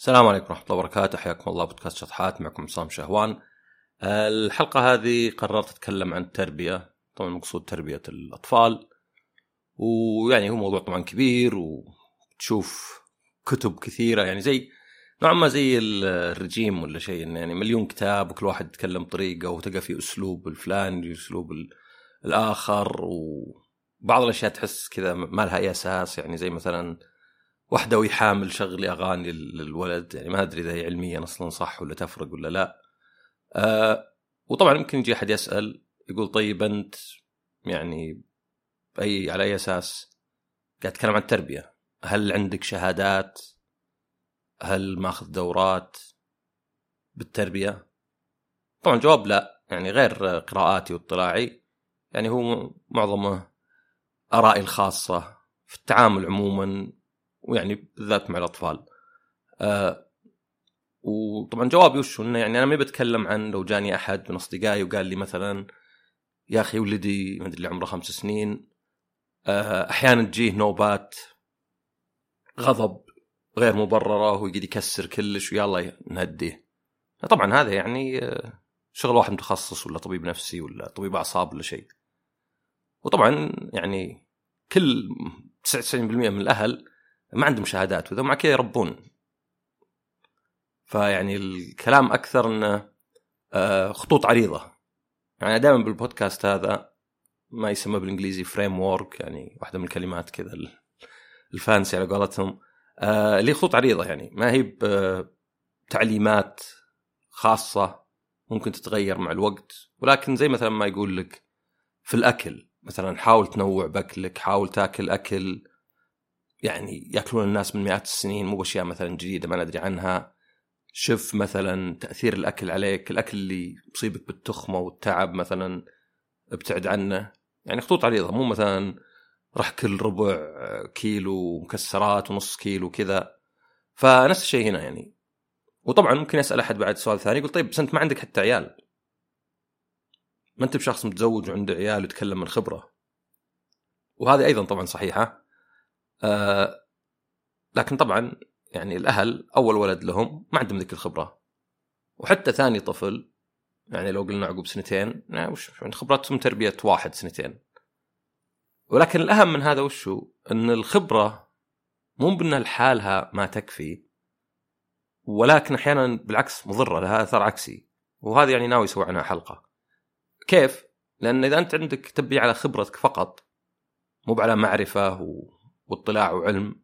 السلام عليكم ورحمة الله وبركاته. حياكم الله بودكاست شطحات، معكم عصام شهوان. الحلقة هذه قررت أتكلم عن التربية، طبعا مقصود تربية الأطفال، ويعني هو موضوع طبعا كبير وتشوف كتب كثيرة، يعني زي نوعا ما زي الرجيم ولا شيء، يعني مليون كتاب وكل واحد يتكلم طريقة وتلقى في أسلوب الفلاني أسلوب الآخر، وبعض الأشياء تحس كذا ما لها أي أساس، يعني زي مثلا واحدة ويحامل شغلي أغاني للولد، يعني ما أدري إذا هي علميا أصلا صح ولا تفرق ولا لا. وطبعا ممكن يجي أحد يسأل يقول طيب أنت يعني على أي أساس قاعد تتكلم عن التربية؟ هل عندك شهادات؟ هل ماخذ دورات بالتربية؟ طبعا جواب لا، يعني غير قراءاتي واطلاعي، يعني هو معظمه آرائي الخاصة في التعامل عموما، ويعني بالذات مع الأطفال. وطبعا جوابي وش انه يعني انا ما بتكلم عن لو جاني احد من اصدقائي وقال لي مثلا يا اخي ولدي ما ادري اللي عمره 5 سنين احيانا تجيه نوبات غضب غير مبرره ويقعد يكسر كلش ويلا نهديه. طبعا هذا يعني شغل واحد متخصص ولا طبيب نفسي ولا طبيب اعصاب ولا شيء. وطبعا يعني كل 99% من الاهل ما عندهم شهادات، وذا مع كذا يربون. فيعني الكلام أكثر أنه خطوط عريضة. يعني دائما بالبودكاست هذا ما يسمى بالإنجليزي فريمورك، يعني واحدة من الكلمات كذا الفانسي على قولتهم، اللي خطوط عريضة، يعني ما هي بتعليمات خاصة ممكن تتغير مع الوقت، ولكن زي مثلا ما يقول لك في الأكل مثلا حاول تنوع بأكلك، حاول تأكل أكل يعني يأكلون الناس من مئات السنين، مو بأشياء مثلا جديدة ما ندري عنها. شوف مثلا تأثير الأكل عليك، الأكل اللي يصيبك بالتخمة والتعب مثلا ابتعد عنه. يعني خطوط عريضة، مو مثلا راح كل ربع كيلو مكسرات ونص كيلو كذا. فنفس الشيء هنا يعني. وطبعا ممكن يسأل أحد بعد سؤال ثاني يقول طيب بس أنت ما عندك حتى عيال، ما أنت بشخص متزوج وعنده عيال ويتكلم من خبرة، وهذه أيضا طبعا صحيحة. لكن طبعا يعني الأهل أول ولد لهم ما عندهم ذيك الخبرة، وحتى ثاني طفل يعني لو قلنا عقب 2 يعني وش يعني خبرتهم تربية 1 2. ولكن الأهم من هذا وشو أن الخبرة مو بأنها لحالها ما تكفي، ولكن أحيانا بالعكس مضرة، لها أثر عكسي. وهذا يعني ناوي يسوي عنها حلقة. كيف؟ لأن إذا أنت عندك تبي على خبرتك فقط مو على معرفة واطلاع وعلم،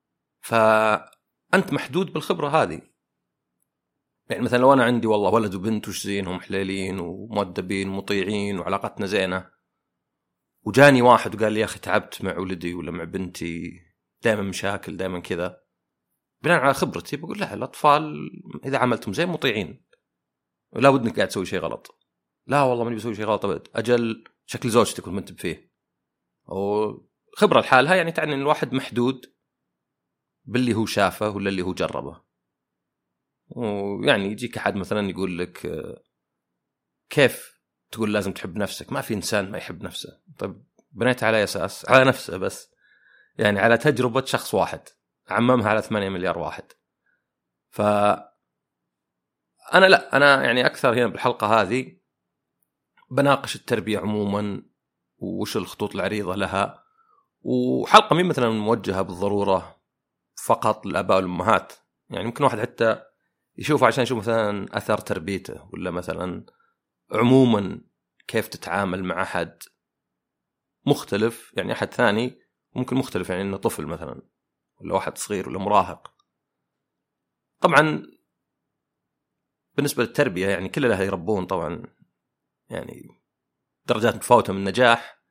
فأنت محدود بالخبرة هذه. يعني مثلا لو أنا عندي والله ولد وبنت وش زينهم حليلين ومؤدبين مطيعين وعلاقتنا زينة، وجاني واحد وقال لي يا أخي تعبت مع ولدي ولا مع بنتي دائما مشاكل دائما كذا، بناء على خبرتي بقول لا، الأطفال إذا عملتم زين مطيعين، ولا ودنك قاعد تسوي شيء غلط. لا والله ماني بسوي شيء غلط أبد، أجل شكل زوجتك وما أنت فيه. وخبرة لحالها يعني تعني أن الواحد محدود باللي هو شافه ولا اللي هو جربه. ويعني يجيك أحد مثلا يقول لك كيف تقول لازم تحب نفسك؟ ما في إنسان ما يحب نفسه. طيب بنيت على أساس على نفسه بس، يعني على تجربة شخص واحد عممها على 8 مليار واحد. فأنا لا، أنا يعني أكثر هنا بالحلقة هذه بناقش التربية عموما وش الخطوط العريضة لها، وحلقة مين مثلا موجهة بالضرورة فقط للآباء والأمهات. يعني ممكن واحد حتى يشوفه عشان يشوف مثلا أثر تربيته، ولا مثلا عموما كيف تتعامل مع أحد مختلف، يعني أحد ثاني ممكن مختلف، يعني إنه طفل مثلا ولا واحد صغير ولا مراهق. طبعا بالنسبة للتربية يعني كل الأهل يربون طبعا، يعني درجات متفاوتة من النجاح.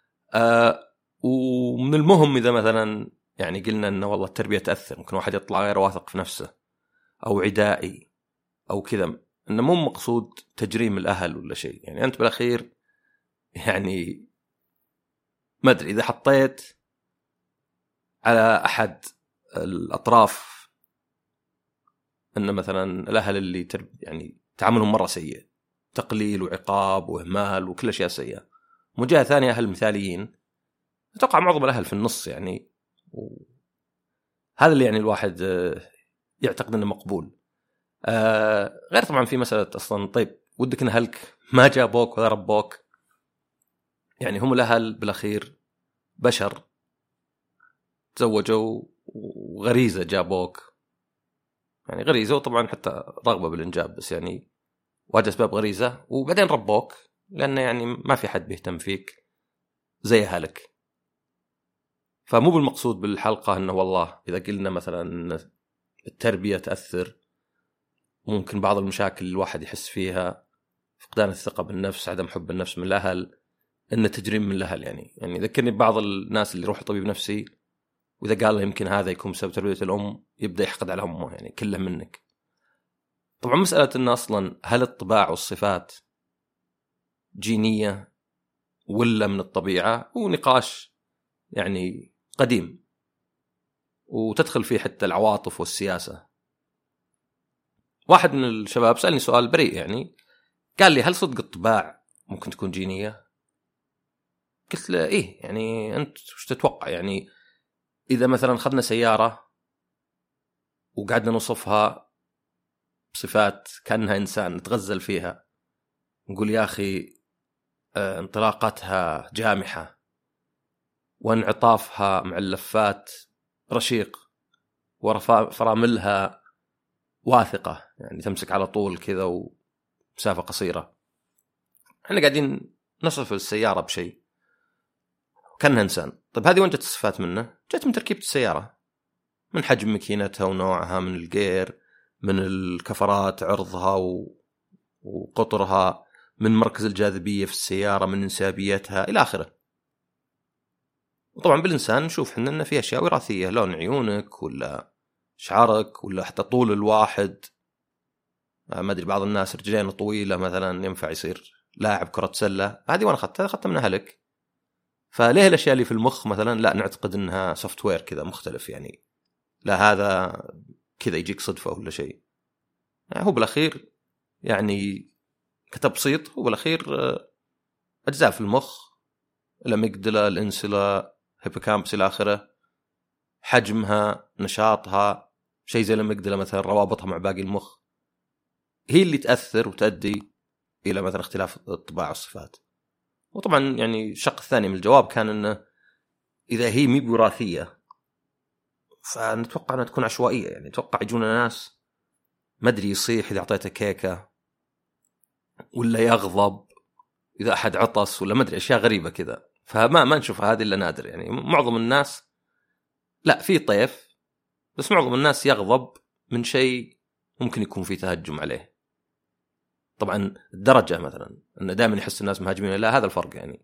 ومن المهم إذا مثلا يعني قلنا أنه والله التربية تأثر، ممكن واحد يطلع غير واثق في نفسه أو عدائي أو كذا، أنه مو مقصود تجريم الأهل ولا شيء. يعني أنت بالأخير يعني ما أدري إذا حطيت على أحد الأطراف أن مثلا الأهل اللي يعني تعاملهم مرة سيء، تقليل وعقاب وإهمال وكل أشياء سيئة، وجهة ثانية أهل مثاليين، أتوقع معظم الأهل في النص يعني. وهذا اللي يعني الواحد يعتقد انه مقبول. غير طبعا في مساله اصلا طيب ودك ان اهلك ما جابوك ولا ربوك، يعني هم الاهل بالاخير بشر تزوجوا وغريزه جابوك، يعني غريزه وطبعا حتى رغبه بالانجاب، بس يعني واجه اسباب غريزه وبعدين ربوك، لانه يعني ما في حد بيهتم فيك زي اهلك. فمو بالمقصود بالحلقه انه والله اذا قلنا مثلا ان التربيه تاثر، ممكن بعض المشاكل الواحد يحس فيها فقدان الثقه بالنفس، عدم حب النفس من الاهل، ان تجريم من الاهل. يعني ذكرني ببعض الناس اللي يروح طبيب نفسي واذا قال له يمكن هذا يكون بسبب تربيه الام يبدا يحقد على امه، يعني كله منك. طبعا مساله ان اصلا هل الطباع والصفات جينيه ولا من الطبيعه، ونقاش يعني قديم وتدخل فيه حتى العواطف والسياسه. واحد من الشباب سالني سؤال بريء، يعني قال لي هل صدق الطباع ممكن تكون جينيه؟ قلت له ايه، يعني انت وش تتوقع؟ يعني اذا مثلا اخذنا سياره وقعدنا نوصفها بصفات كانها انسان نتغزل فيها، نقول يا اخي انطلاقتها جامحه وانعطافها مع اللفات رشيق وفراملها واثقه، يعني تمسك على طول كذا ومسافه قصيره. احنا قاعدين نصف السياره بشيء كانها انسان. طيب هذه وين جت الصفات منه؟ جت من تركيبه السياره، من حجم ماكينتها ونوعها، من الجير، من الكفرات عرضها وقطرها، من مركز الجاذبيه في السياره، من انسيابيتها الى اخره. وطبعا بالإنسان نشوف حنا أن في أشياء وراثية، لون عيونك ولا شعرك ولا حتى طول الواحد. ما أدري بعض الناس رجلين طويلة مثلا ينفع يصير لاعب كرة سلة، هذه وأنا أخذتها من أهلك. فليه الأشياء اللي في المخ مثلا لا نعتقد أنها سوفت وير كذا مختلف، يعني لا هذا كذا يجيك صدفة ولا شيء. يعني هو بالأخير يعني كتبسيط هو بالأخير أجزاء في المخ، الأميجدلا، الإنسولا، هيبوكامبس إلى آخره، حجمها، نشاطها، شيء زي الأميجدلا مثلا روابطها مع باقي المخ، هي اللي تأثر وتؤدي إلى مثلا اختلاف الطباع والصفات. وطبعا يعني الشق الثاني من الجواب كان أنه إذا هي مي وراثية فنتوقع أنها تكون عشوائية. يعني نتوقع يجونا ناس ما أدري يصيح إذا أعطيته كيكة، ولا يغضب إذا أحد عطس، ولا ما أدري أشياء غريبة كذا. فما نشوف هذه إلا نادر. يعني معظم الناس لا في طيف، بس معظم الناس يغضب من شيء ممكن يكون فيه تهجم عليه. طبعا الدرجة مثلا أنه دائما يحس الناس مهاجمين، لا هذا الفرق يعني.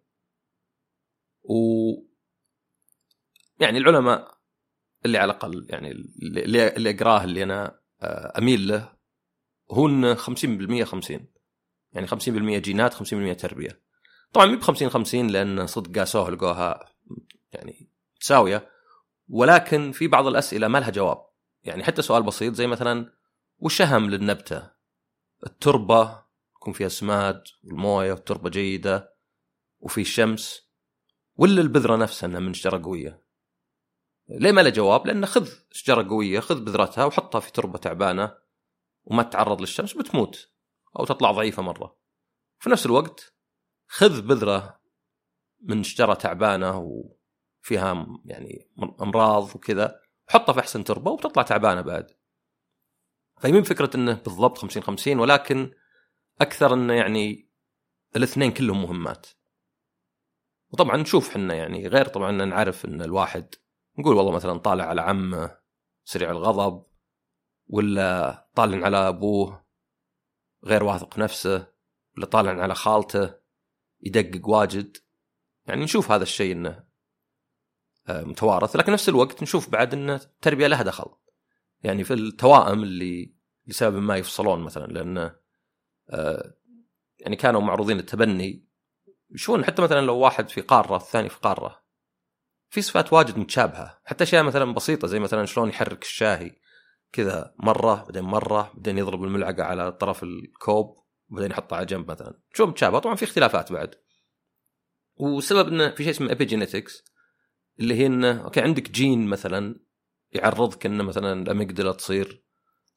يعني العلماء اللي على الأقل يعني اللي أقراه اللي أنا أميل له هو أنه 50% 50، يعني 50% جينات 50% تربية. طبعا مي ب50-50 لأن صدق قاسوها لقوها يعني تساوية، ولكن في بعض الأسئلة ما لها جواب. يعني حتى سؤال بسيط زي مثلا وش أهم للنبتة؟ التربة يكون فيها سماد والموية والتربة جيدة وفي الشمس، ولا البذرة نفسها أنها من شجرة قوية؟ ليه ما له جواب؟ لأن خذ شجرة قوية، خذ بذرتها وحطها في تربة تعبانة وما تتعرض للشمس بتموت أو تطلع ضعيفة مرة. في نفس الوقت خذ بذرة من شجرة تعبانة وفيها يعني أمراض وكذا وحطها في أحسن تربة وبتطلع تعبانة بعد. فيمين فكرة أنه بالضبط 50-50، ولكن أكثر أنه يعني الاثنين كلهم مهمات. وطبعا نشوف حنا يعني غير طبعا نعرف أن الواحد نقول والله مثلا طالع على عمه سريع الغضب، ولا طالع على أبوه غير واثق نفسه، ولا طالع على خالته يدقق واجد. يعني نشوف هذا الشيء أنه متوارث، لكن نفس الوقت نشوف بعد أن التربية لها دخل. يعني في التوائم اللي لسبب ما يفصلون مثلا لأنه يعني كانوا معروضين التبني، يشون حتى مثلا لو واحد في قارة الثاني في قارة، في صفات واجد متشابهة، حتى أشياء مثلا بسيطة زي مثلا شلون يحرك الشاهي كذا مرة بعدين يضرب الملعقة على طرف الكوب وبعدين يحطها على جنب مثلا، شو متشابهة. طبعا في اختلافات بعد، وسبب إنه في شيء اسمه epigenetics اللي هي إنه أوكي عندك جين مثلا يعرضك إنه مثلا الأميجدلا تصير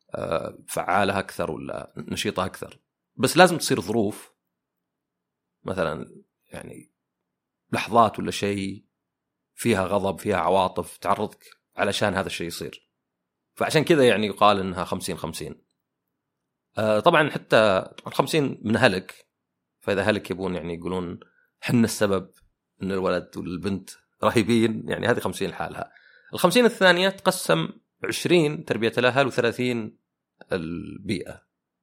فعالة أكثر ولا نشيطة أكثر. بس لازم تصير ظروف، مثلا يعني لحظات ولا شيء فيها غضب فيها عواطف تعرضك علشان هذا الشيء يصير. فعشان كذا يعني يقال إنها 50-50. طبعا حتى 50 من هلك، فإذا هلك يبون يعني يقولون حنا السبب إن الولد والبنت رهيبين، يعني هذه 50 لحالها. 50 الثانية تقسم 20 تربية الأهل و30 البيئة.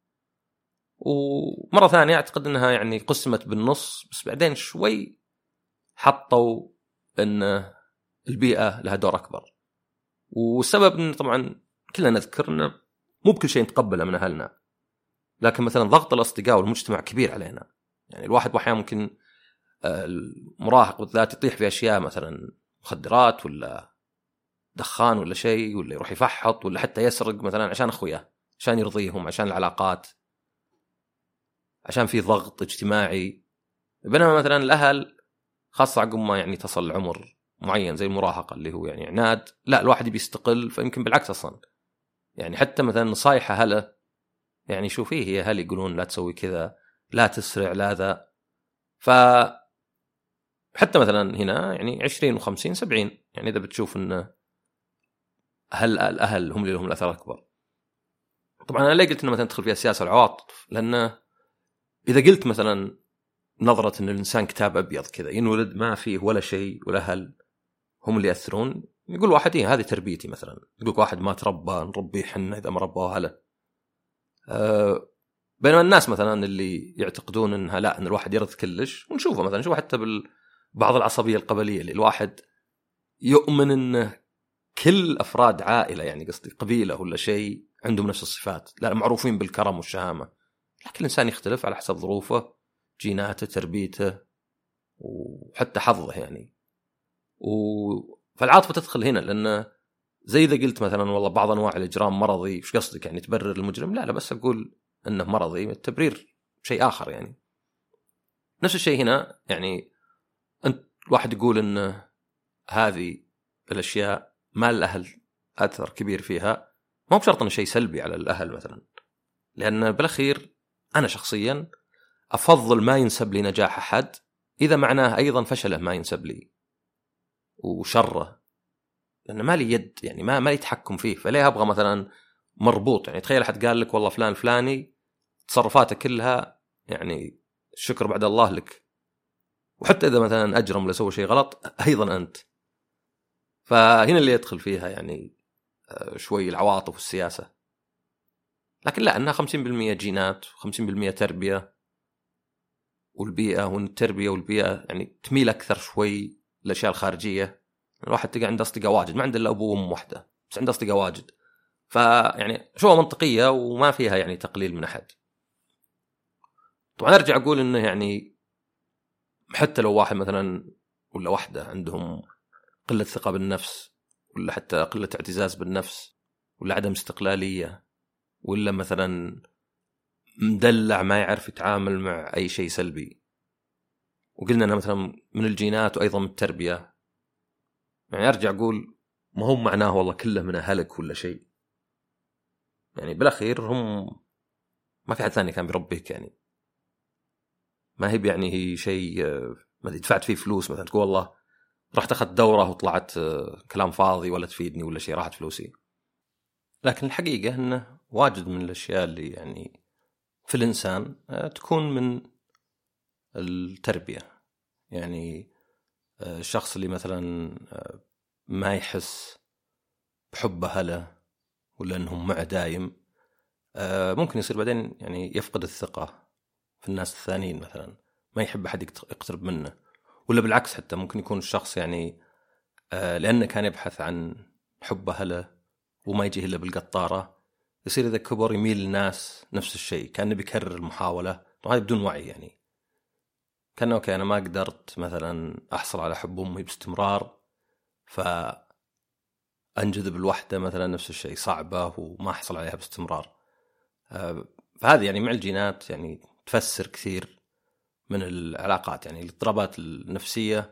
ومرة ثانية أعتقد أنها يعني قسمت بالنص، بس بعدين شوي حطوا أن البيئة لها دور أكبر. والسبب أن طبعا كلنا نذكر أنه مو بكل شيء نتقبله من أهلنا، لكن مثلا ضغط الأصدقاء والمجتمع كبير علينا. يعني الواحد بأحيان ممكن المراهق بالذات يطيح في أشياء مثلا مخدرات ولا دخان ولا شيء، ولا يروح يفحط، ولا حتى يسرق مثلا عشان أخوياه، عشان يرضيهم، عشان العلاقات، عشان في ضغط اجتماعي. بينما مثلا الأهل خاصة عقب ما يعني تصل عمر معين زي المراهقة اللي هو يعني عناد، لا الواحد بيستقل، فيمكن بالعكس أصلا يعني حتى مثلا نصايحه هلا يعني شوفيه هي هل يقولون لا تسوي كذا، لا تسرع، لا ذا. ف حتى مثلا هنا يعني 20 و50 70، يعني إذا بتشوف إن هل الأهل هم اللي لهم الأثر أكبر. طبعا أنا ليه قلت إنه مثلا تدخل فيها السياسة والعواطف، لأن إذا قلت مثلا نظرة إن الإنسان كتاب أبيض كذا ينولد ما فيه ولا شيء والأهل هم اللي يأثرون، يقول واحد هذه تربيتي مثلا، يقول واحد ما تربى نربيه حنا إذا ما ربوه هلا. بينما الناس مثلا اللي يعتقدون إنها لا إن الواحد يرث كلش، ونشوفه مثلا نشوف حتى بعض العصبية القبلية اللي الواحد يؤمن إنه كل أفراد عائلة يعني قصدي قبيلة ولا شيء عندهم نفس الصفات، لا معروفين بالكرم والشهامة، لكن الإنسان يختلف على حسب ظروفه، جيناته، تربيته، وحتى حظه يعني. فالعاطفة تدخل هنا، لأن زي إذا قلت مثلا والله بعض أنواع الإجرام مرضي، وش قصدك يعني تبرر المجرم؟ لا بس أقول أنه مرضي، التبرير شيء آخر يعني. نفس الشيء هنا، يعني أنت الواحد يقول أن هذه الأشياء ما الأهل أثر كبير فيها، ما هو بشرط أنه شيء سلبي على الأهل مثلا، لأن بالأخير أنا شخصيا أفضل ما ينسب لي نجاح أحد إذا معناه أيضا فشله ما ينسب لي وشره، لأن ما لي يد يعني ما لي تحكم فيه. فليه أبغى مثلا مربوط؟ يعني تخيل أحد قال لك والله فلان فلاني تصرفاته كلها يعني الشكر بعد الله لك، وحتى إذا مثلا أجرم ولا سوى شيء غلط أيضا أنت. فهنا اللي يدخل فيها يعني شوي العواطف والسياسة. لكن لا، أنها 50% جينات و50% تربية والبيئة، وأن التربية والبيئة يعني تميل أكثر شوي الأشياء الخارجية. الواحد تلقى عنده أصدقاء واجد، ما عنده إلا أبوه وأم واحدة، بس عنده أصدقاء واجد. فيعني شو منطقية وما فيها يعني تقليل من أحد. طبعا أرجع أقول إنه يعني حتى لو واحد مثلا ولا واحدة عندهم قلة ثقة بالنفس، ولا حتى قلة اعتزاز بالنفس، ولا عدم استقلالية، ولا مثلا مدلع ما يعرف يتعامل مع أي شيء سلبي، وقلنا أنها مثلا من الجينات وأيضا من التربية، يعني أرجع أقول ما هم معناه والله كله من أهلك ولا شيء. يعني بالأخير هم ما في حد ثاني كان بيربيك، يعني ما هي يعني هي شيء ما دفعت فيه فلوس مثلا تقول والله رحت أخذت دورة وطلعت كلام فاضي ولا تفيدني ولا شيء، راحت فلوسي. لكن الحقيقة أنه واجد من الأشياء اللي يعني في الإنسان تكون من التربية. يعني الشخص اللي مثلا ما يحس بحب أهله ولا أنهم معه دايم، ممكن يصير بعدين يعني يفقد الثقة في الناس الثانيين، مثلا ما يحب أحد يقترب منه. ولا بالعكس، حتى ممكن يكون الشخص يعني لأنه كان يبحث عن حب أهله وما يجيه إلا بالقطارة، يصير إذا كبر يميل للناس نفس الشيء، كأنه بيكرر المحاولة، وهذا بدون وعي. يعني كان أوكي أنا ما قدرت مثلا أحصل على حب أمي باستمرار، فأنجذب الوحدة مثلا نفس الشيء صعبة وما أحصل عليها باستمرار. فهذه يعني مع الجينات يعني تفسر كثير من العلاقات. يعني الاضطرابات النفسية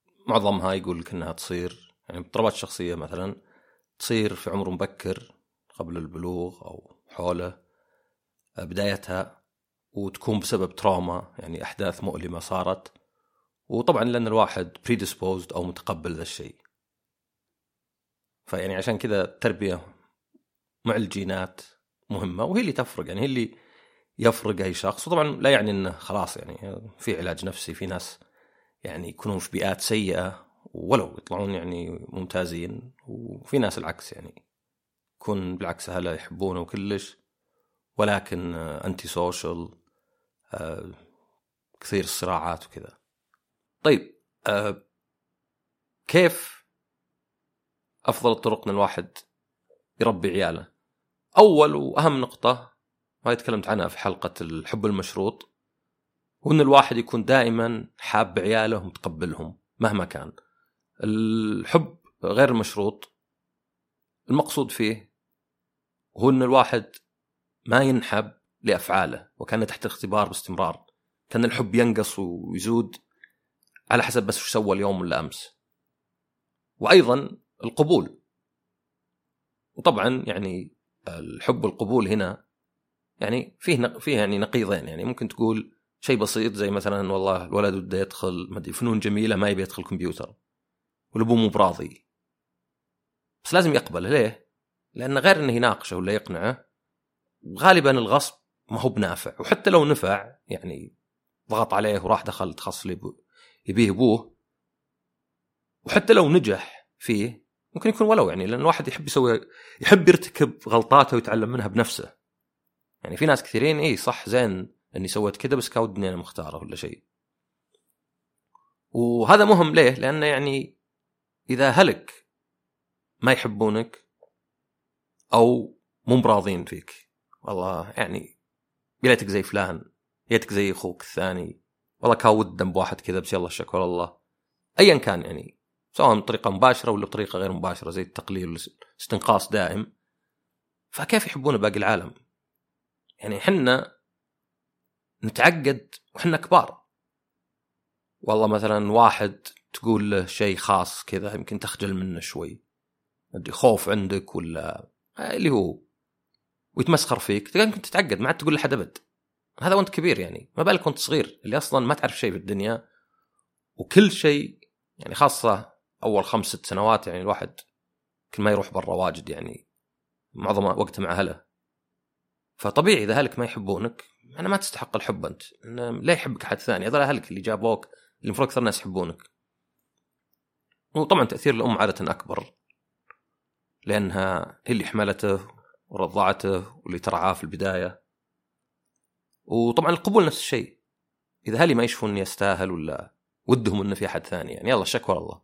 معظمها يقول لك أنها تصير يعني اضطرابات شخصية مثلا تصير في عمر مبكر، قبل البلوغ أو حوله بدايتها، وتكون بسبب تراما، يعني أحداث مؤلمة صارت، وطبعا لأن الواحد predisposed أو متقبل ذا الشيء. فيعني عشان كذا التربية مع الجينات مهمة، وهي اللي تفرق، يعني هي اللي يفرق أي شخص. وطبعا لا يعني أنه خلاص يعني في علاج نفسي، في ناس يعني يكونون في بيئات سيئة ولو يطلعون يعني ممتازين، وفي ناس العكس يعني يكون بالعكس أهله يحبونه وكلش، ولكن أنتي سوشل، كثير الصراعات وكذا. طيب كيف أفضل الطرق أن الواحد يربي عياله؟ أول وأهم نقطة ما تكلمت عنها في حلقة الحب المشروط، هو أن الواحد يكون دائما حاب عياله ومتقبلهم مهما كان. الحب غير المشروط المقصود فيه هو أن الواحد ما ينحب لأفعاله وكان تحت اختبار باستمرار، كان الحب ينقص ويزود على حسب بس وش سوى اليوم ولا أمس. وأيضا القبول، وطبعا يعني الحب والقبول هنا يعني فيه يعني نقيضين. يعني ممكن تقول شيء بسيط زي مثلا والله الولد بده يدخل مدري فنون جميلة ما يبي يدخل كمبيوتر، والأبو مو براضي، بس لازم يقبله. ليه؟ لأن غير أنه يناقشه ولا يقنعه، غالبا الغصب ما هو بنافع. وحتى لو نفع يعني ضغط عليه وراح دخل تخصص اللي يبيه أبوه، وحتى لو نجح فيه ممكن يكون ولو يعني لأن الواحد يحب يرتكب غلطاته ويتعلم منها بنفسه. يعني في ناس كثيرين صح زين أني سويت كده بس كودني أنا مختاره ولا شيء. وهذا مهم ليه؟ لأنه يعني إذا هلك ما يحبونك أو مو براضين فيك، والله يعني بيلتك زي فلان، يتك زي أخوك الثاني، والله كاود دم بواحد كذا بس يلا شكر الله، أيا كان يعني سواء بطريقة مباشرة ولا بطريقة غير مباشرة زي التقليل والاستنقاص دائم، فكيف يحبون باقي العالم؟ يعني حنا نتعقد وحنا كبار. والله مثلا واحد تقول له شيء خاص كذا يمكن تخجل منه شوي، ادري خوف عندك ولا اللي هو، ويتمسخر فيك، يمكن تتعقد ما عاد تقول لحد ابد. هذا وانت كبير يعني، ما بالك وانت صغير اللي اصلا ما تعرف شيء في الدنيا وكل شيء يعني، خاصة اول 5-6 سنوات يعني الواحد كل ما يروح برا واجد يعني معظم وقته مع اهله. فطبيعي اذا اهلك ما يحبونك انا ما تستحق الحب انت، لا يحبك احد ثاني، هذول اهلك اللي جابوك اللي المفروض اكثر ناس يحبونك. وطبعا تاثير الام عاده اكبر لانها هي اللي حملته ورضعته واللي ترعاه في البدايه. وطبعا القبول نفس الشيء، اذا اهلي ما يشوفون اني استاهل ولا ودهم انه في احد ثاني يعني يلا شكر الله،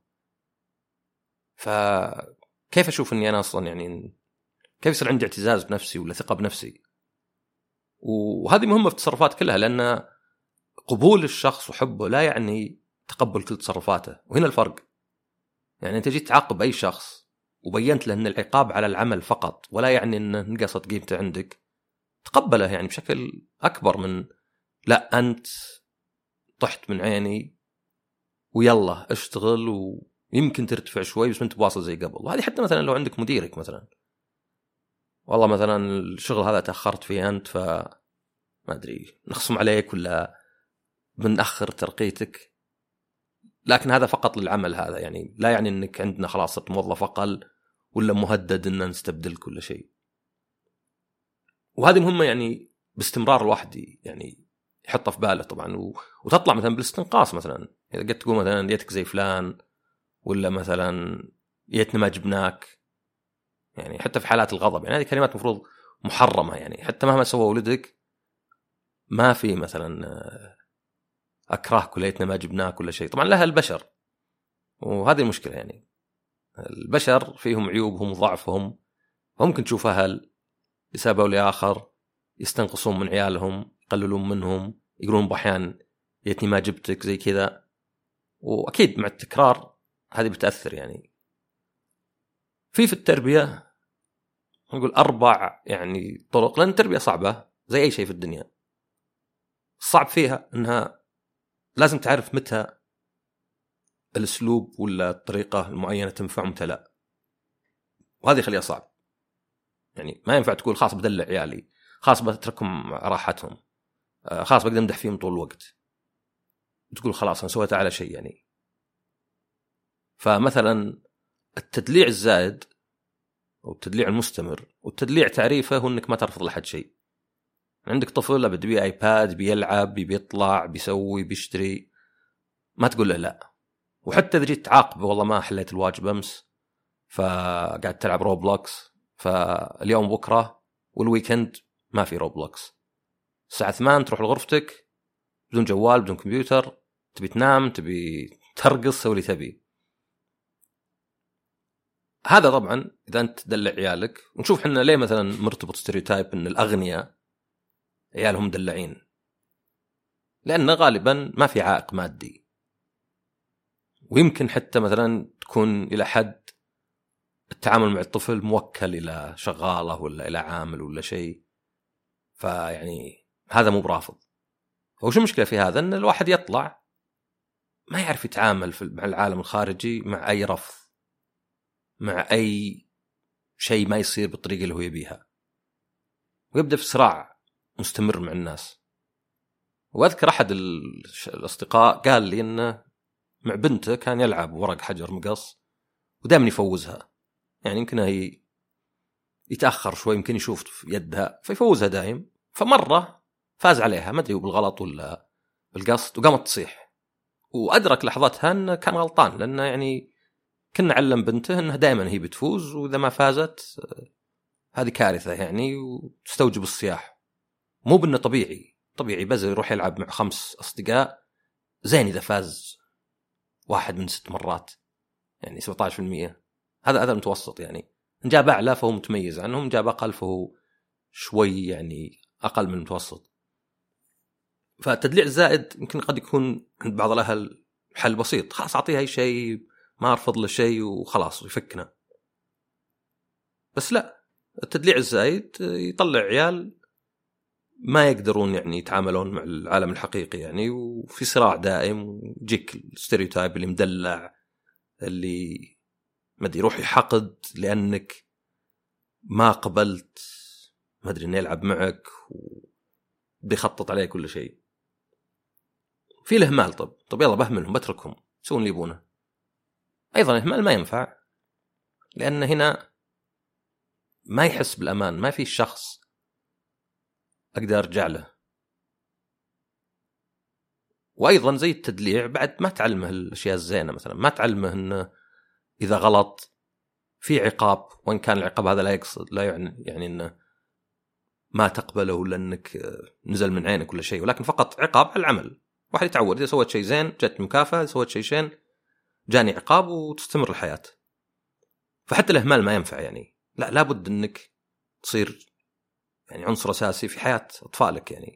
فكيف اشوف اني انا اصلا يعني كيف يصير عندي اعتزاز بنفسي ولا ثقه بنفسي؟ وهذه مهمه في التصرفات كلها، لان قبول الشخص وحبه لا يعني تقبل كل تصرفاته. وهنا الفرق، يعني انت جيت تعاقب اي شخص وبينت له ان العقاب على العمل فقط ولا يعني ان نقصت قيمته عندك، تقبله يعني بشكل اكبر من لا انت طحت من عيني ويلا اشتغل ويمكن ترتفع شوي بس انت بواصل زي قبل. وهذه حتى مثلا لو عندك مديرك مثلا والله مثلا الشغل هذا تأخرت فيه أنت فما أدري نخصم عليك ولا بنأخر ترقيتك، لكن هذا فقط للعمل هذا، يعني لا يعني أنك عندنا خلاص صرت موظف أقل ولا مهدد أن نستبدلك كل شيء. وهذه مهمة يعني باستمرار الواحد يعني يحطها في باله طبعا وتطلع مثلا بالاستنقاص. مثلا إذا قد تقول مثلا ديتك زي فلان ولا مثلا يتنا ما جبناك، يعني حتى في حالات الغضب يعني هذه كلمات مفروض محرمة، يعني حتى مهما سوى ولدك ما في مثلا أكرهك وليتنا ما جبناك ولا شيء. طبعا لها البشر وهذه المشكلة، يعني البشر فيهم عيوبهم وضعفهم، وممكن تشوف أهل لسبب أو لآخر يستنقصون من عيالهم، يقللون منهم، يقولون بأحيان يتني ما جبتك زي كذا. وأكيد مع التكرار هذه بتأثر. يعني في التربية نقول 4 يعني طرق، لأن التربية صعبة زي أي شيء في الدنيا. الصعب فيها أنها لازم تعرف متى الأسلوب ولا الطريقة المعينة تنفع ومتى لا، وهذه خليها صعب. يعني ما ينفع تقول خلاص بدلع عيالي، خلاص بتركهم راحتهم، خلاص بقدر امدح فيهم طول الوقت، تقول خلاص انا سويت على شيء يعني. فمثلا التدليع الزائد او التدليع المستمر، والتدليع تعريفه هو انك ما ترفض لحد شيء. عندك طفل بده ايباد، بيلعب، بيطلع، بيسوي، بيشتري، ما تقول له لا. وحتى اذا جيت تعاقبه والله ما حليت الواجب امس فقاعد تلعب روبلوكس، فاليوم بكره والويكند ما في روبلوكس، الساعه 8 تروح لغرفتك بدون جوال بدون كمبيوتر، تبي تنام تبي ترقص سوي اللي تبي. هذا طبعا اذا انت تدلع عيالك. ونشوف احنا ليه مثلا مرتبط ستيريوتايب ان الاغنياء عيالهم مدلعين، لان غالبا ما في عائق مادي، ويمكن حتى مثلا تكون الى حد التعامل مع الطفل موكل الى شغاله ولا الى عامل ولا شيء، فيعني هذا مو برافض. وش المشكله في هذا؟ ان الواحد يطلع ما يعرف يتعامل مع العالم الخارجي، مع اي رفض، مع اي شيء ما يصير بالطريقه اللي هو يبيها، ويبدا في صراع مستمر مع الناس. واذكر احد الاصدقاء قال لي انه مع بنته كان يلعب ورق حجر مقص ودائما يفوزها، يعني يمكن هي يتاخر شوي يمكن يشوف في يدها فيفوزها دائم، فمره فاز عليها ما ادري بالغلط ولا بالقصد وقامت تصيح، وادرك لحظتها انه كان غلطان، لانه يعني كنا علم بنته انها دائما هي بتفوز، واذا ما فازت هذه كارثه يعني وتستوجب الصياح. مو بانه طبيعي بس يروح يلعب مع 5 أصدقاء زين اذا فاز 1 من 6 مرات يعني 17%، هذا المتوسط. يعني ان جاب اعلى فهو متميز عنهم، جاب اقل فهو شوي يعني اقل من المتوسط. فالتدليع الزائد يمكن قد يكون عند بعض الاهل حل بسيط، خلاص اعطيها اي شيء ما ارفض له شيء وخلاص ويفكنا. بس لا، التدليع الزايد يطلع عيال ما يقدرون يعني يتعاملون مع العالم الحقيقي يعني، وفي صراع دائم، ويجيك الستيريوتايب اللي مدلع اللي ما ادري يروح يحقد لانك ما قبلت ما ادري انه يلعب معك وبيخطط عليه كل شيء. في الاهمال، طب يلا بهملهم بتركهم يسوون اللي يبونه. ايضا الاهمال ما ينفع، لان هنا ما يحس بالامان، ما في شخص اقدر ارجع له. وايضا زي التدليع بعد ما تعلمه الاشياء الزينه، مثلا ما تعلمه انه اذا غلط في عقاب، وان كان العقاب هذا لا يقصد لا يعني انه ما تقبله لانك نزل من عينك ولا شيء، ولكن فقط عقاب على العمل. واحد يتعود اذا سويت شيء زين جت مكافاه، سويت شيء شين جاني عقاب، وتستمر الحياه. فحتى الاهمال ما ينفع يعني، لا لابد انك تصير يعني عنصر اساسي في حياه اطفالك يعني.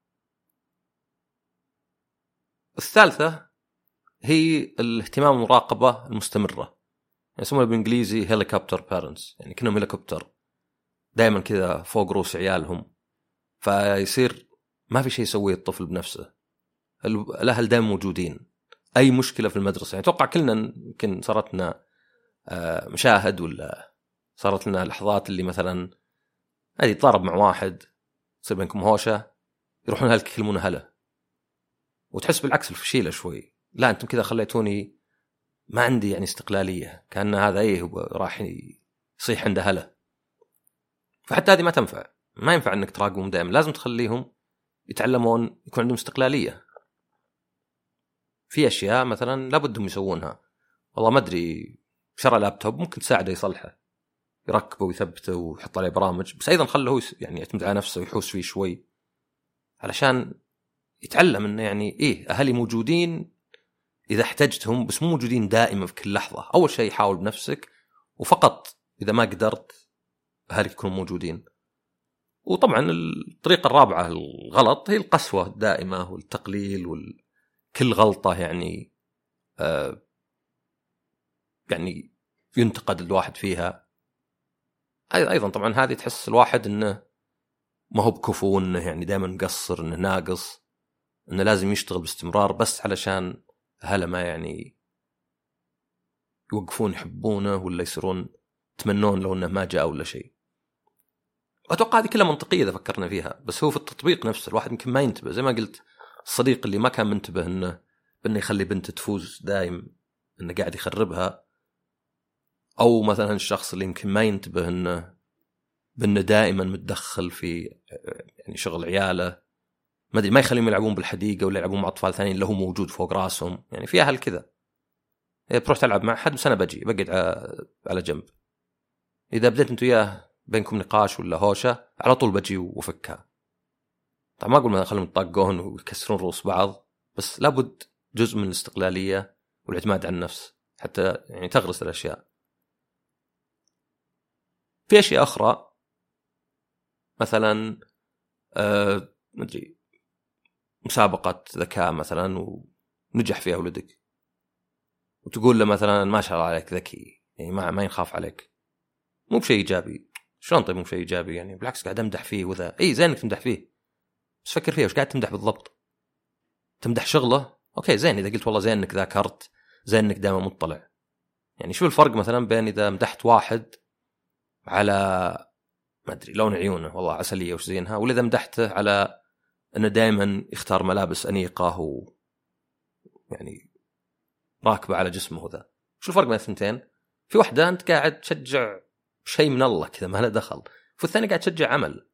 الثالثه هي الاهتمام والمراقبه المستمره، يعني يسمونها بالانجليزي هيليكوبتر بارنتس، يعني كأنهم هيليكوبتر دائما كذا فوق رؤوس عيالهم، فيصير ما في شيء يسويه الطفل بنفسه، الاهل دائما موجودين. اي مشكله في المدرسه يعني اتوقع كلنا يمكن صارت لنا مشاهد ولا صارت لنا لحظات اللي مثلا هذه يتضارب مع واحد يصير بينكم هوشه، يروحون اهلك يكلمون اهله، وتحس بالعكس الفشيله شوي، لا انتم كذا خليتوني ما عندي يعني استقلاليه، كان هذا ايه راح يصيح عند اهله. فحتى هذه ما تنفع، ما ينفع انك تراقبهم دائما، لازم تخليهم يتعلمون يكون عندهم استقلاليه. في اشياء مثلا لابد يسوونها، والله ما ادري شرى لابتوب ممكن تساعده يصلحه، يركبه ويثبته ويحط عليه برامج، بس ايضا خله هو يعني يعتمد على نفسه ويحوس فيه شوي علشان يتعلم انه يعني ايه اهلي موجودين اذا احتجتهم، بس مو موجودين دائما في كل لحظه. اول شيء حاول بنفسك، وفقط اذا ما قدرت اهلك يكونوا موجودين. وطبعا الطريقه الرابعه الغلط هي القسوه الدائمه والتقليل كل غلطه يعني يعني ينتقد الواحد فيها. ايضا طبعا هذه تحس الواحد انه ما هو بكفو، انه يعني دائما مقصر، انه ناقص، انه لازم يشتغل باستمرار بس علشان هلا ما يعني يوقفون يحبونه ولا يصيرون يتمنون لو انه ما جاء ولا شيء. وأتوقع هذه كلها منطقية إذا فكرنا فيها، بس هو في التطبيق نفسه الواحد يمكن ما ينتبه. زي ما قلت الصديق اللي ما كان منتبه إنه يخلي بنته تفوز دائم إنه قاعد يخربها، أو مثلا الشخص اللي يمكن ما ينتبه إنه دائما متدخل في يعني شغل عياله، ما أدري، ما يخليهم يلعبون بالحديقة ولا يلعبون مع أطفال ثانيين اللي هو موجود فوق راسهم. يعني في أهل كذا بتروح تلعب مع حد بس أنا بقعد على جنب، إذا بديت أنت وياه بينكم نقاش ولا هوشة على طول بجي وفكها. طبعا ما أقول ما خلهم يطاقون ويكسرون رؤوس بعض، بس لابد جزء من الاستقلالية والاعتماد على النفس حتى يعني تغرس الأشياء. في أشياء أخرى مثلا ما أدري مسابقة ذكاء مثلا ونجح فيها ولدك، وتقول له مثلا ما شاء الله عليك ذكي، يعني ما ينخاف عليك، مو بشيء إيجابي. شلون طيب مو بشيء إيجابي؟ يعني بالعكس قاعد أمدح فيه وذا. إيه زين إنك تمدح فيه، بس فكر فيها وش قاعد تمدح بالضبط. تمدح شغله أوكي زين، إذا قلت والله زين إنك ذاكرت، زين إنك دائما مطلع. يعني شو الفرق مثلا بين إذا مدحت واحد على ما أدري لون عيونه والله عسلية وش زينها، ولا إذا مدحته على أنه دائما يختار ملابس أنيقة يعني راكبة على جسمه ذا. شو الفرق بين الثنتين؟ في واحدة أنت قاعد تشجع شيء من الله كذا ما له دخل، في الثاني قاعد تشجع عمل.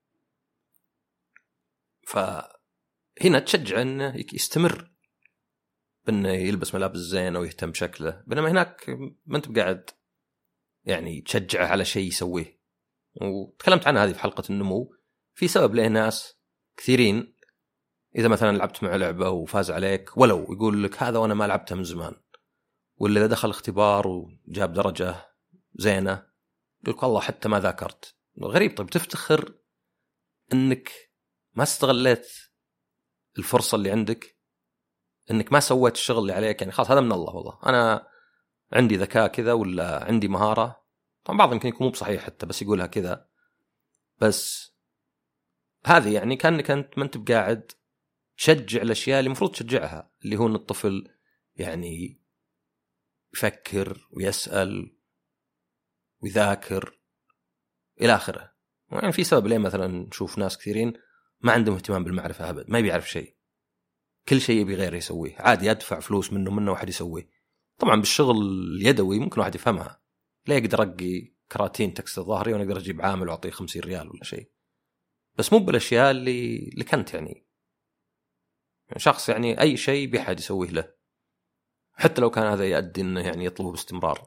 فهنا تشجع أنه يستمر بأنه يلبس ملابس زين أو يهتم بشكله، بينما هناك ما أنت قاعد يعني تشجعه على شيء يسويه. وتكلمت عنها هذه في حلقة النمو. في سبب ليه ناس كثيرين إذا مثلا لعبت مع لعبة وفاز عليك ولو يقول لك هذا وأنا ما لعبتها من زمان، ولا إذا دخل اختبار وجاب درجة زينة يقول لك والله حتى ما ذاكرت. غريب، طيب تفتخر أنك ما استغليت الفرصة اللي عندك، أنك ما سويت الشغل اللي عليك. يعني خلاص هذا من الله، والله أنا عندي ذكاء كذا ولا عندي مهارة. طبعا بعض يمكن يكون مو بصحيح حتى بس يقولها كذا، بس هذه يعني كأنك أنت ما أنت بقاعد تشجع الأشياء اللي المفروض تشجعها، اللي هو أن الطفل يعني يفكر ويسأل ويذاكر إلى آخره. يعني في سبب ليه مثلا نشوف ناس كثيرين ما عندهم اهتمام بالمعرفة أبد، ما بيعرف شيء، كل شيء يبي غيره يسويه، عادي يدفع فلوس منه واحد يسويه. طبعا بالشغل اليدوي ممكن واحد يفهمها، لا يقدر أرقي كراتين تكسر ظهري وأنا أقدر أجيب عامل وأعطيه 50 ريال ولا شيء، بس مو بالأشياء اللي كنت يعني شخص يعني أي شيء بيحد يسويه له، حتى لو كان هذا يؤدي إنه يعني يطلبه باستمرار.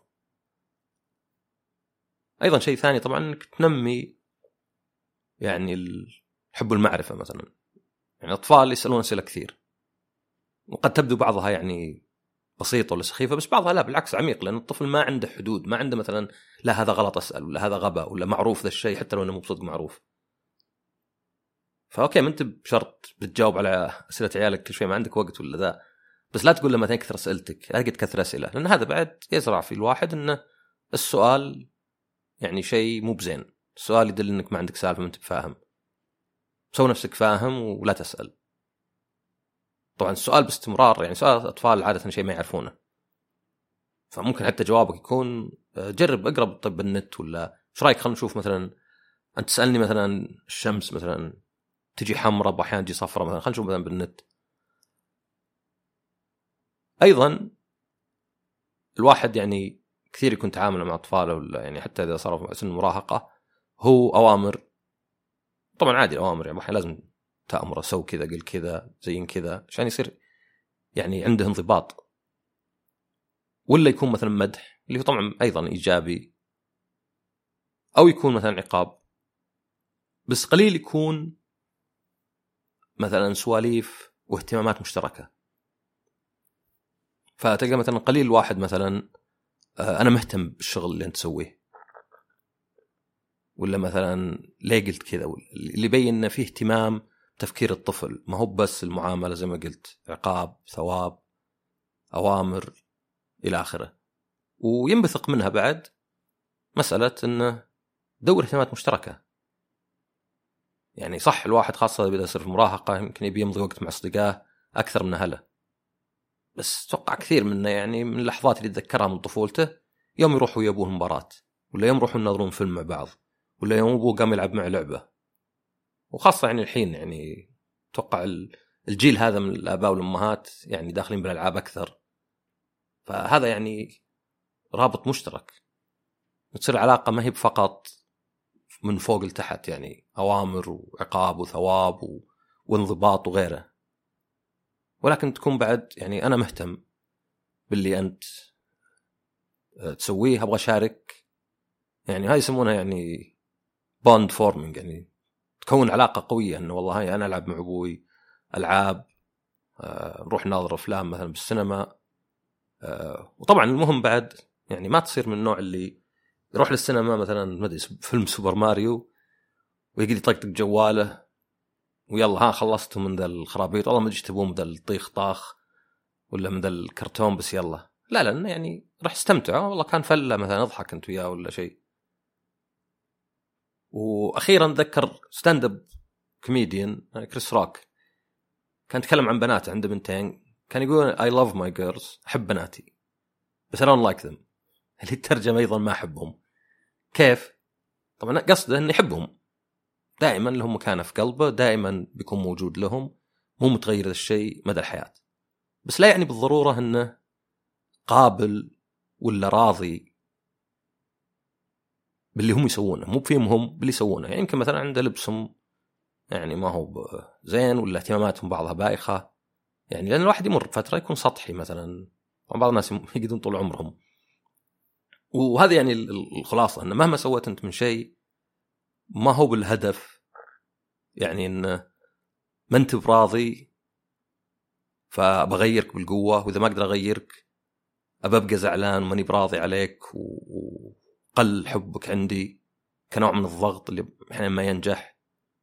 أيضا شيء ثاني طبعا إنك تنمي يعني حب المعرفة مثلا. يعني الأطفال يسألون أسئلة كثير، وقد تبدو بعضها يعني بسيطة ولا سخيفة، بس بعضها لا بالعكس عميق، لأن الطفل ما عنده حدود، ما عنده مثلا لا هذا غلط أسأل ولا هذا غباء ولا معروف ذا الشيء حتى لو أنه مو بصدق معروف. فأوكي ما أنت بشرط بتجاوب على أسئلة عيالك كل شوي، ما عندك وقت ولا ذا، بس لا تقول لما تكثر أسئلتك لا تكثر أسئلة، لأن هذا بعد يزرع في الواحد أنه السؤال يعني شيء مو بزين. السؤال يدل أنك ما عندك سالفة، ما أنت بفاهم، سوي نفسك فاهم ولا تسأل. طبعا السؤال باستمرار يعني سؤال الأطفال عادة شيء ما يعرفونه، فممكن حتى جوابك يكون جرب اقرب طب النت، ولا ايش رايك خلينا نشوف مثلا انت تسالني مثلا الشمس مثلا تجي حمراء باحيان تجي صفراء مثلا، خلينا نشوف مثلا بالنت. ايضا الواحد يعني كثير يكون تعامله مع اطفاله ولا يعني حتى اذا صاروا في سن المراهقه هو اوامر. طبعا عادي الاوامر يعني لازم تأمر سوي كذا قل كذا زين كذا عشان يصير يعني عنده انضباط، ولا يكون مثلا مدح اللي هو طبعا ايضا ايجابي، او يكون مثلا عقاب، بس قليل يكون مثلا سواليف واهتمامات مشتركة. فتلقى مثلا قليل واحد مثلا أنا مهتم بالشغل اللي أنت تسويه، ولا مثلا ليه قلت كذا، اللي يبين إن فيه اهتمام تفكير الطفل، ما هو بس المعاملة زي ما قلت عقاب ثواب أوامر إلى آخره. وينبثق منها بعد مسألة إنه دور اهتمامات مشتركة. يعني صح الواحد خاصة إذا يصير في مراهقة يمكن يبي يمضي وقت مع أصدقائه أكثر من أهله، بس توقع كثير منه يعني من اللحظات اللي يتذكرها من طفولته يوم يروحوا يبوه مباراة، ولا يوم يروحوا ينظرون فيلم مع بعض، ولا يوم أبوه قام يلعب مع لعبة، وخاصة يعني الحين يعني أتوقع الجيل هذا من الآباء والأمهات يعني داخلين بالألعاب أكثر، فهذا يعني رابط مشترك، تصير العلاقة ما هي فقط من فوق لتحت يعني أوامر وعقاب وثواب وانضباط وغيره، ولكن تكون بعد يعني أنا مهتم باللي أنت تسويه، أبغى أشارك، يعني هاي يسمونها يعني bond forming، يعني تكون علاقة قوية أنه والله هاي أنا ألعب مع أبوي ألعاب، نروح ناظر أفلام مثلا بالسينما، وطبعا المهم بعد يعني ما تصير من النوع اللي يروح للسينما مثلا مدري فيلم سوبر ماريو ويقعد يطقطق جواله ويلا ها خلصتوا من ذا الخرابيط، والله ما ادري تبون من ذا الطيخ طاخ ولا من ذا الكرتون، بس يلا لا لأن يعني راح استمتع، والله كان فله مثلا اضحك انت وياه ولا شيء. واخيرا ذكر ستاند اب كوميديان كريس روك كان يتكلم عن بناته، عنده بنتين، كان يقول I love my girls، أحب بناتي بس I don't like them، اللي الترجمة أيضا ما أحبهم. كيف؟ طبعا قصده أن يحبهم دائما، لهم مكانة في قلبه، دائما بيكون موجود لهم، مو متغير الشيء مدى الحياة، بس لا يعني بالضرورة أنه قابل ولا راضي باللي هم يسوونه، مو بفيهم هم باللي يسوونه، يعني يمكن مثلا عنده لبسهم يعني ما هو زين ولا اهتماماتهم بعضها بايخة، يعني لأن الواحد يمر بفترة يكون سطحي مثلا، بعض الناس يقدرون طول عمرهم، وهذا يعني الخلاصة أنه مهما سويت أنت من شيء ما هو بالهدف، يعني أنه ما أنت براضي فبغيرك بالقوة، وإذا ما أقدر أغيرك أبقى زعلان وماني براضي عليك وقل حبك عندي كنوع من الضغط اللي أحيانا ما ينجح.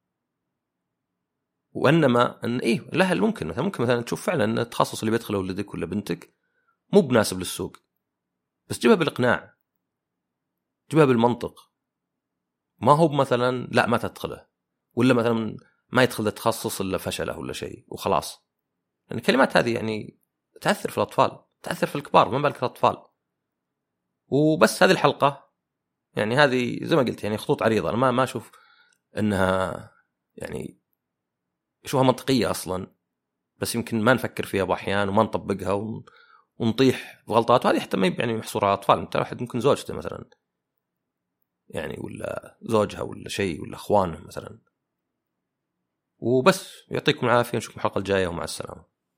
وإنما أن إيه لا، ممكن مثلا تشوف فعلا أن التخصص اللي بيدخله ولدك ولا بنتك مو بناسب للسوق، بس جيبها بالإقناع، جيبها بالمنطق، ما هو مثلا لا ما تدخله، ولا مثلا ما يدخل التخصص إلا فشله ولا شيء وخلاص، لأن الكلمات هذه يعني تأثر في الأطفال، تأثر في الكبار، ما بالك الأطفال. وبس هذه الحلقة يعني هذه زي ما قلت يعني خطوط عريضة، أنا ما أشوف أنها يعني أشوفها منطقية أصلا، بس يمكن ما نفكر فيها بأحيان وما نطبقها ونطيح بغلطات، وهذه حتى ما يعني محصورة على أطفال، أنت واحد ممكن زوجته مثلا يعني ولا زوجها ولا شيء ولا أخوانه مثلا. وبس يعطيكم العافية، نشوفكم الحلقة الجاية ومع السلامة.